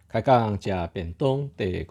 开讲食便当第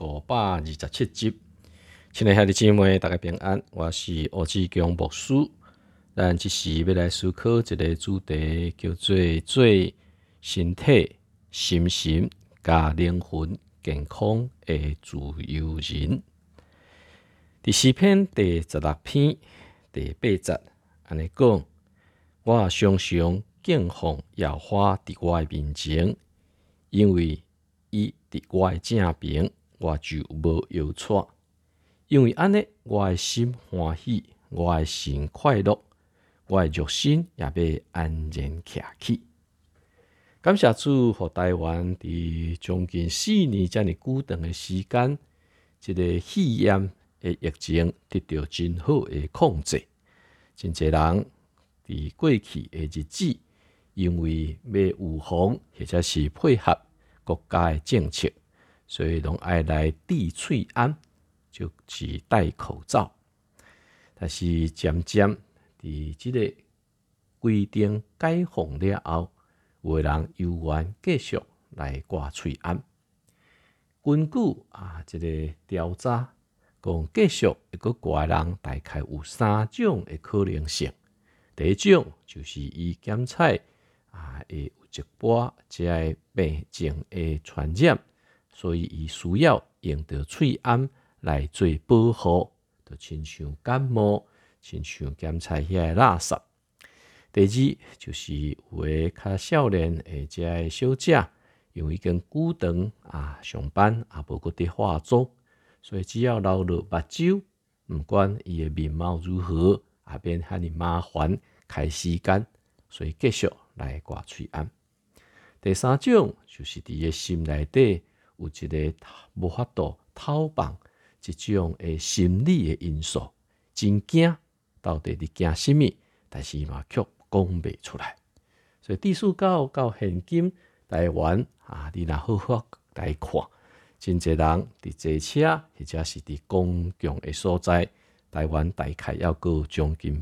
527集，亲爱兄弟姊妹，大家平安，我是吴志强牧师。咱即时要来思考一个主题，叫做身体、心神加灵魂健康的自由人。伫诗篇第16篇第8节，安尼讲：我常常敬奉耶和华伫我的面前，因为伊伫我的正边，我就无忧喘。因为安尼，我的心欢喜，我的心快乐，我的肉身也要安然徛起。感谢主，互台湾伫将近4年遮尔久长的时间，这个肺炎的疫情得到真好的控制。真侪人伫过去的日子，因为要预防或者是配合国家的政策，所以拢爱来滴喙安，就是戴口罩。但是渐渐伫即个规定解放了后，有的人犹原继续来挂喙安。根据即个调查，讲继续会阁挂的人大概有3种的可能性。第一种就是伊检测会有一波即个病症的传染，所以伊需要用到喙安来做保护，就亲像感冒，亲像检测遐个垃圾。第二就是有诶较少年的即个小姐，因为已经久长上班也无搁伫化妆，所以只要留落目睭，毋管伊的面貌如何，也免遐尼麻烦开时间，所以继续来挂喙安。第三种就是伫个心内底有一个无法度透放一种的心理的因素，真惊，到底伫惊什么？但是嘛却讲袂出来。所以第四到现今，台湾你若好好来看，真侪人伫坐车或者是伫公共的所在，台湾大概要有将近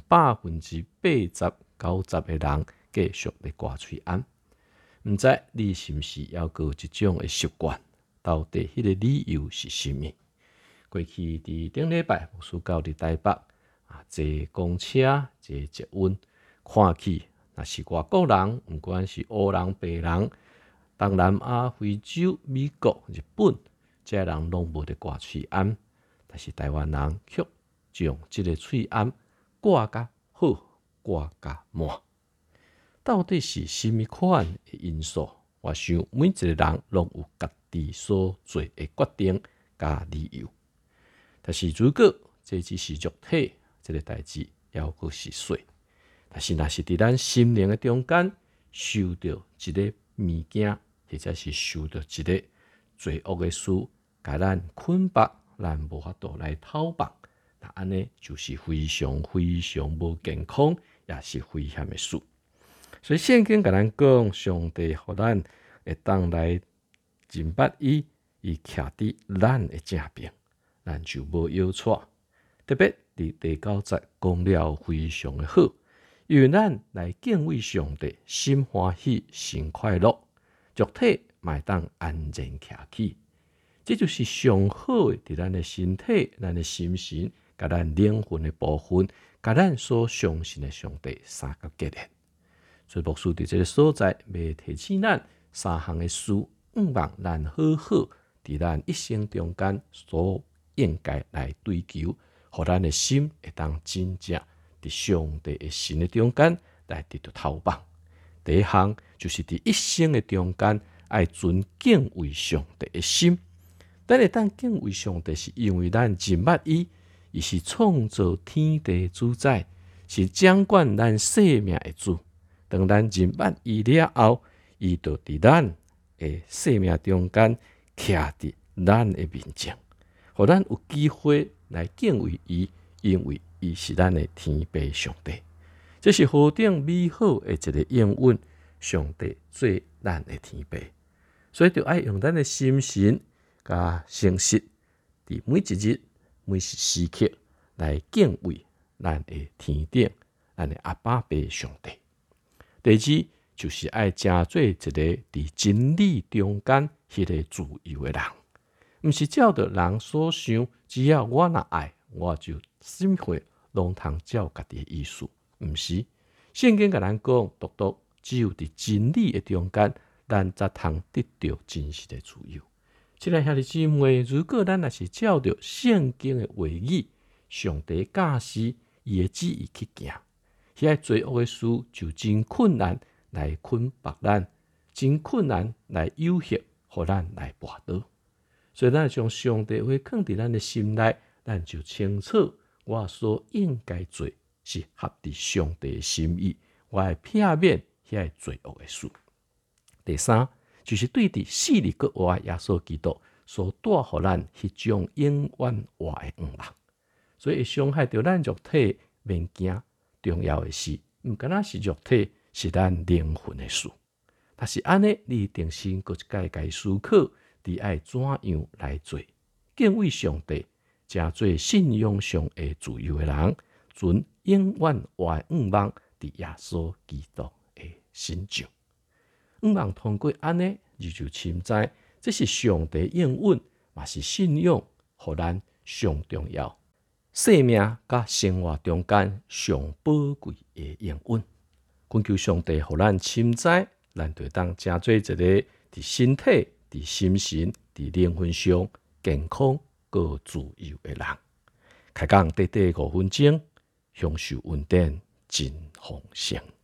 80%-90%的人继续咧挂喙安。毋知你是毋是要有即种的习惯？到底迄个理由是甚么？过去伫顶礼拜，牧师到伫台北坐公车、坐捷运，看去若是外国人，毋管是黑人、白人、东南亚、非洲、美国、日本，这人拢无咧挂喙安，但是台湾人却将即个喙安挂甲好，挂甲满。到底是甚么款的因素？我想每一个人拢有家己所做的决定甲理由。但是如果这只是肉体这个代志，还阁是水。但是若是伫咱心灵的中间受到一个物件，或者是受到一个罪恶的事，甲咱捆绑，咱无法度来透放，那安尼就是非常非常无健康，也是危险的事。所以圣经甲咱讲，上帝互咱会当来认捌伊，伊徛伫咱的正边，咱就无忧喘。特别伫第9节讲了非常的好，因为咱来敬畏上帝，心欢喜，心快乐，肉体嘛当安然徛起。这就是上好的，伫咱的身体、咱的心神、甲咱灵魂的部分，甲咱所相信的上帝三个结连。所以牧师伫这个所在，要提醒咱3项的事，望咱好好伫咱一生中间所应该来追求，互咱的心会当真正伫上帝的神的中间来得到透放。第一项就是伫一生的中间，爱存敬畏上帝的心。咱会当敬畏上帝，是因为咱认捌伊，伊是创造天地主宰，是掌管咱生命的主。当咱认捌伊了后，伊就伫咱的生命中间徛伫咱的面前，互咱有机会来敬畏伊，因为伊是咱的天父上帝。这是何等美好的一个应允！上帝做咱的天父，所以就爱用咱的心神甲诚实，伫每一日、每一时刻来敬畏咱的天顶、咱的阿爸爸上帝。第二就是爱成做一个伫真理中间迄个自由的人，毋是照着人所想，只要我若爱，我就心血拢通照家己的意思。毋是，圣经甲咱讲，独只有伫真理的中间，咱才通得到真实的自由。亲爱兄弟姊妹，如果咱若是照着圣经的话语，上帝教示伊的旨意去行，遐罪恶的事就真困难来捆绑咱，真困难来诱惑，互咱来跋倒。所以咱将上帝话放伫咱的心内，咱就清楚我所应该做是合伫上帝的心意，我会避免遐罪恶的事。第三，就是对伫死里搁活的耶稣基督所带互咱迄种永远活的盼望。所以会伤害到咱肉体免惊，重要的是，毋敢若是肉体，是咱灵魂的事。但是安尼，你定心搁一届思考，你爱怎样来做，敬畏上帝，成做信仰上的自由的人，存永远活的盼望伫耶稣基督的身上。盼望通过安尼，你就深知这是上帝应允，嘛是信仰，互咱上重要。生命甲生活中间上宝贵的应允，恳求上帝，互咱深知，咱就当成做一个伫身体、伫心神、伫灵魂上健康、个自由的人。开讲短短5分钟，享受恩典真丰盛。